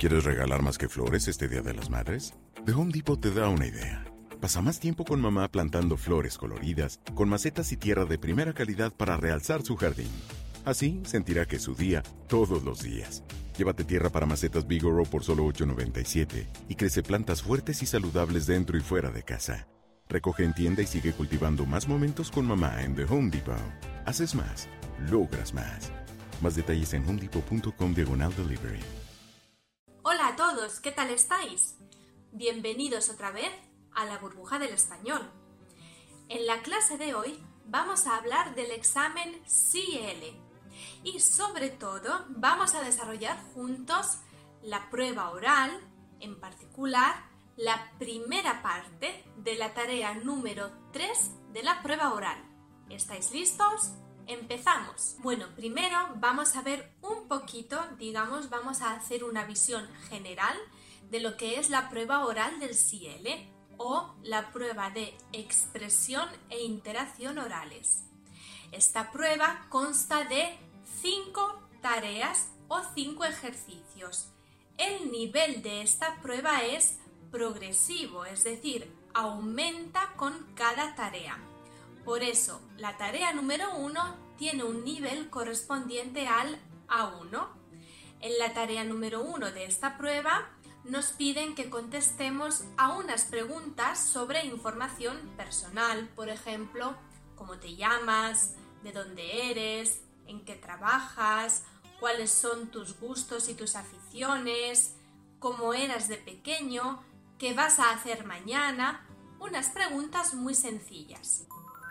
¿Quieres regalar más que flores este Día de las Madres? The Home Depot te da una idea. Pasa más tiempo con mamá plantando flores coloridas, con macetas y tierra de primera calidad para realzar su jardín. Así sentirá que es su día todos los días. Llévate tierra para macetas Bigoro por solo $8.97 y crece plantas fuertes y saludables dentro y fuera de casa. Recoge en tienda y sigue cultivando más momentos con mamá en The Home Depot. Haces más, logras más. Más detalles en homedepot.com/delivery. Hola a todos, ¿qué tal estáis? Bienvenidos otra vez a la burbuja del español. En la clase de hoy vamos a hablar del examen CL y sobre todo vamos a desarrollar juntos la prueba oral, en particular la primera parte de la tarea número 3 de la prueba oral. ¿Estáis listos? ¡Empezamos! Bueno, primero vamos a ver un poquito, vamos a hacer una visión general de lo que es la prueba oral del CL o la prueba de expresión e interacción orales. Esta prueba consta de 5 tareas o 5 ejercicios. El nivel de esta prueba es progresivo, es decir, aumenta con cada tarea. Por eso, la tarea número 1 tiene un nivel correspondiente al A1. En la tarea número 1 de esta prueba nos piden que contestemos a unas preguntas sobre información personal, por ejemplo, cómo te llamas, de dónde eres, en qué trabajas, cuáles son tus gustos y tus aficiones, cómo eras de pequeño, qué vas a hacer mañana, unas preguntas muy sencillas.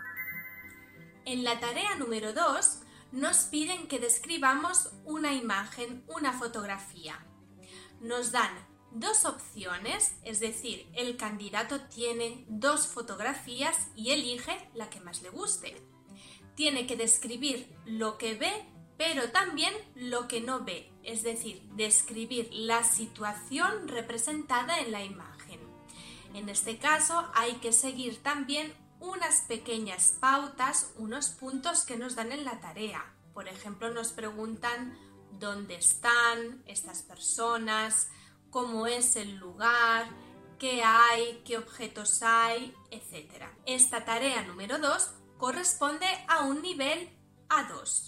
En la tarea número 2 nos piden que describamos una imagen, una fotografía. Nos dan 2 opciones, es decir, el candidato tiene 2 fotografías y elige la que más le guste. Tiene que describir lo que ve, pero también lo que no ve, es decir, describir la situación representada en la imagen. En este caso hay que seguir también unas pequeñas pautas, unos puntos que nos dan en la tarea. Por ejemplo, nos preguntan dónde están estas personas, cómo es el lugar, qué hay, qué objetos hay, etc. Esta tarea número 2 corresponde a un nivel A2.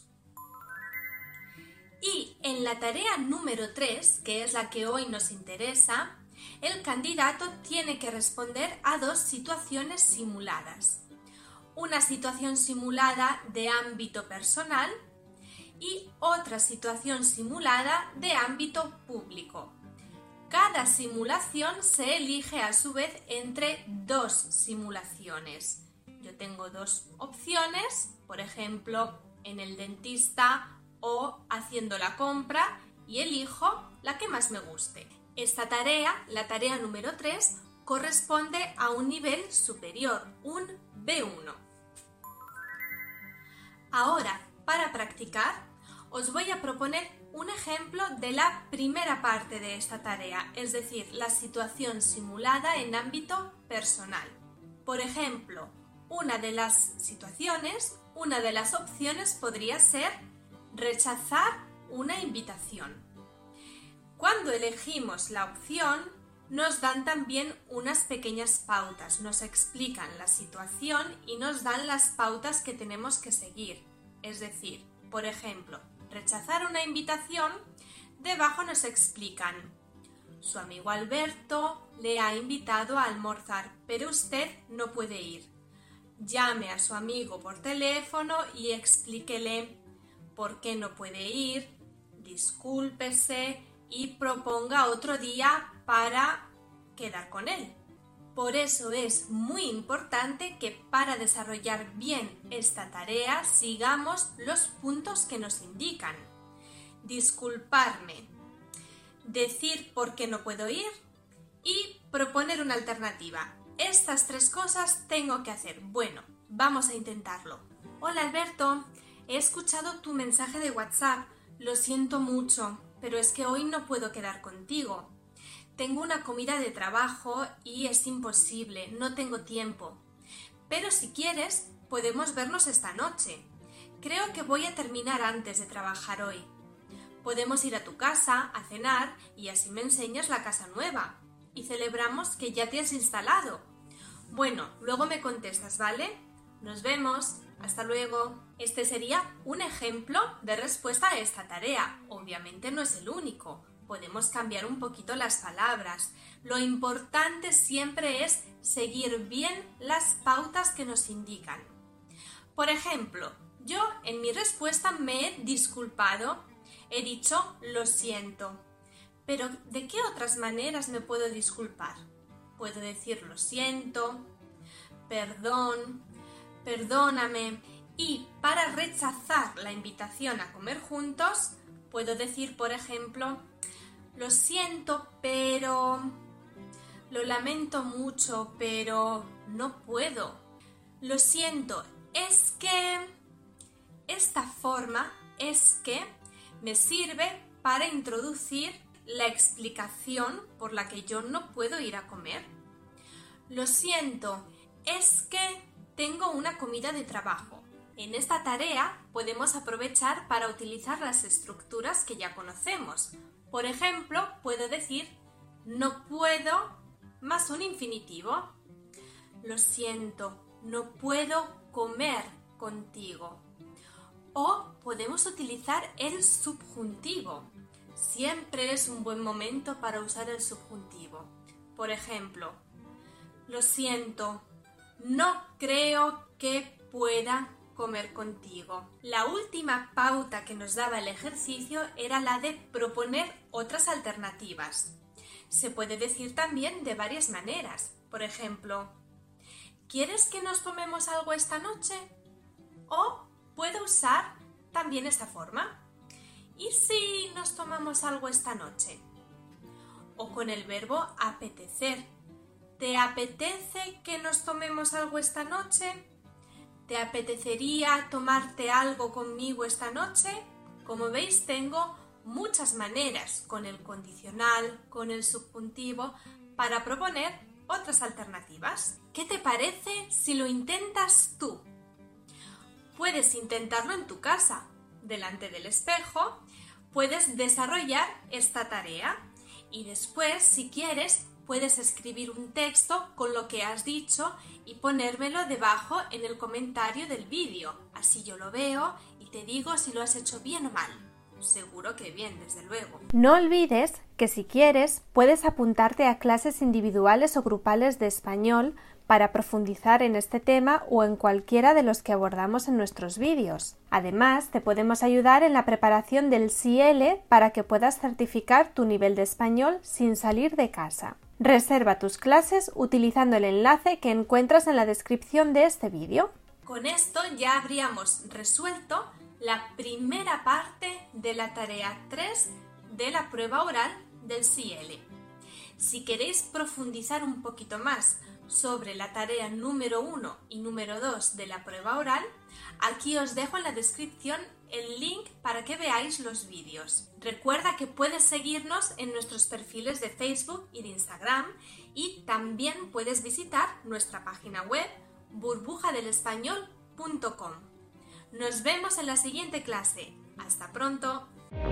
Y en la tarea número 3, que es la que hoy nos interesa, el candidato tiene que responder a 2 situaciones simuladas. Una situación simulada de ámbito personal y otra situación simulada de ámbito público. Cada simulación se elige a su vez entre 2 simulaciones. Yo tengo 2 opciones, por ejemplo, en el dentista o haciendo la compra, y elijo la que más me guste. Esta tarea, la tarea número 3, corresponde a un nivel superior, un B1. Ahora, para practicar, os voy a proponer un ejemplo de la primera parte de esta tarea, es decir, la situación simulada en ámbito personal. Por ejemplo, una de las situaciones, una de las opciones podría ser rechazar una invitación. Cuando elegimos la opción, nos dan también unas pequeñas pautas, nos explican la situación y nos dan las pautas que tenemos que seguir. Es decir, por ejemplo, rechazar una invitación, debajo nos explican: su amigo Alberto le ha invitado a almorzar, pero usted no puede ir. Llame a su amigo por teléfono y explíquele por qué no puede ir, discúlpese y proponga otro día para quedar con él. Por eso es muy importante que para desarrollar bien esta tarea sigamos los puntos que nos indican. Disculparme, decir por qué no puedo ir y proponer una alternativa. Estas 3 cosas tengo que hacer. Bueno, vamos a intentarlo. Hola Alberto, he escuchado tu mensaje de WhatsApp. Lo siento mucho, pero es que hoy no puedo quedar contigo. Tengo una comida de trabajo y es imposible, no tengo tiempo. Pero si quieres, podemos vernos esta noche. Creo que voy a terminar antes de trabajar hoy. Podemos ir a tu casa a cenar y así me enseñas la casa nueva y celebramos que ya te has instalado. Bueno, luego me contestas, ¿vale? Nos vemos. Hasta luego. Este sería un ejemplo de respuesta a esta tarea. Obviamente no es el único. Podemos cambiar un poquito las palabras. Lo importante siempre es seguir bien las pautas que nos indican. Por ejemplo, yo en mi respuesta me he disculpado, he dicho lo siento. Pero ¿de qué otras maneras me puedo disculpar? Puedo decir lo siento, perdón, perdóname, y para rechazar la invitación a comer juntos, puedo decir, por ejemplo, lo siento, pero... Lo lamento mucho, pero no puedo. Lo siento, es que... Esta forma es que me sirve para introducir la explicación por la que yo no puedo ir a comer. Lo siento, es que tengo una comida de trabajo. En esta tarea podemos aprovechar para utilizar las estructuras que ya conocemos. Por ejemplo, puedo decir no puedo más un infinitivo. Lo siento, no puedo comer contigo. O podemos utilizar el subjuntivo. Siempre es un buen momento para usar el subjuntivo. Por ejemplo, lo siento, no creo que pueda comer contigo. La última pauta que nos daba el ejercicio era la de proponer otras alternativas. Se puede decir también de varias maneras. Por ejemplo, ¿quieres que nos tomemos algo esta noche? O puedo usar también esta forma. ¿Y si nos tomamos algo esta noche? O con el verbo apetecer. ¿Te apetece que nos tomemos algo esta noche? ¿Te apetecería tomarte algo conmigo esta noche? Como veis, tengo muchas maneras con el condicional, con el subjuntivo, para proponer otras alternativas. ¿Qué te parece si lo intentas tú? Puedes intentarlo en tu casa, delante del espejo, puedes desarrollar esta tarea y después, si quieres, puedes escribir un texto con lo que has dicho y ponérmelo debajo en el comentario del vídeo. Así yo lo veo y te digo si lo has hecho bien o mal. Seguro que bien, desde luego. No olvides que si quieres puedes apuntarte a clases individuales o grupales de español para profundizar en este tema o en cualquiera de los que abordamos en nuestros vídeos. Además, te podemos ayudar en la preparación del CL para que puedas certificar tu nivel de español sin salir de casa. Reserva tus clases utilizando el enlace que encuentras en la descripción de este vídeo. Con esto ya habríamos resuelto la primera parte de la tarea 3 de la prueba oral del CL. Si queréis profundizar un poquito más sobre la tarea número 1 y número 2 de la prueba oral, aquí os dejo en la descripción el link para que veáis los vídeos. Recuerda que puedes seguirnos en nuestros perfiles de Facebook y de Instagram y también puedes visitar nuestra página web burbujadelespañol.com. Nos vemos en la siguiente clase. ¡Hasta pronto!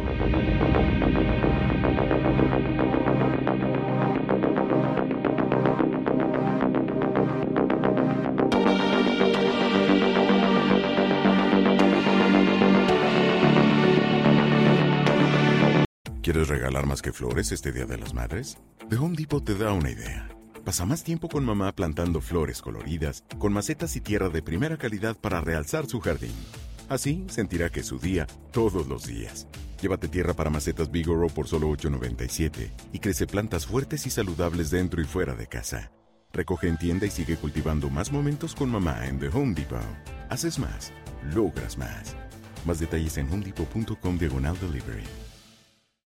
¿Quieres regalar más que flores este Día de las Madres? The Home Depot te da una idea. Pasa más tiempo con mamá plantando flores coloridas, con macetas y tierra de primera calidad para realzar su jardín. Así sentirá que es su día todos los días. Llévate tierra para macetas Vigoro por solo $8.97 y crece plantas fuertes y saludables dentro y fuera de casa. Recoge en tienda y sigue cultivando más momentos con mamá en The Home Depot. Haces más, logras más. Más detalles en homedepot.com/delivery.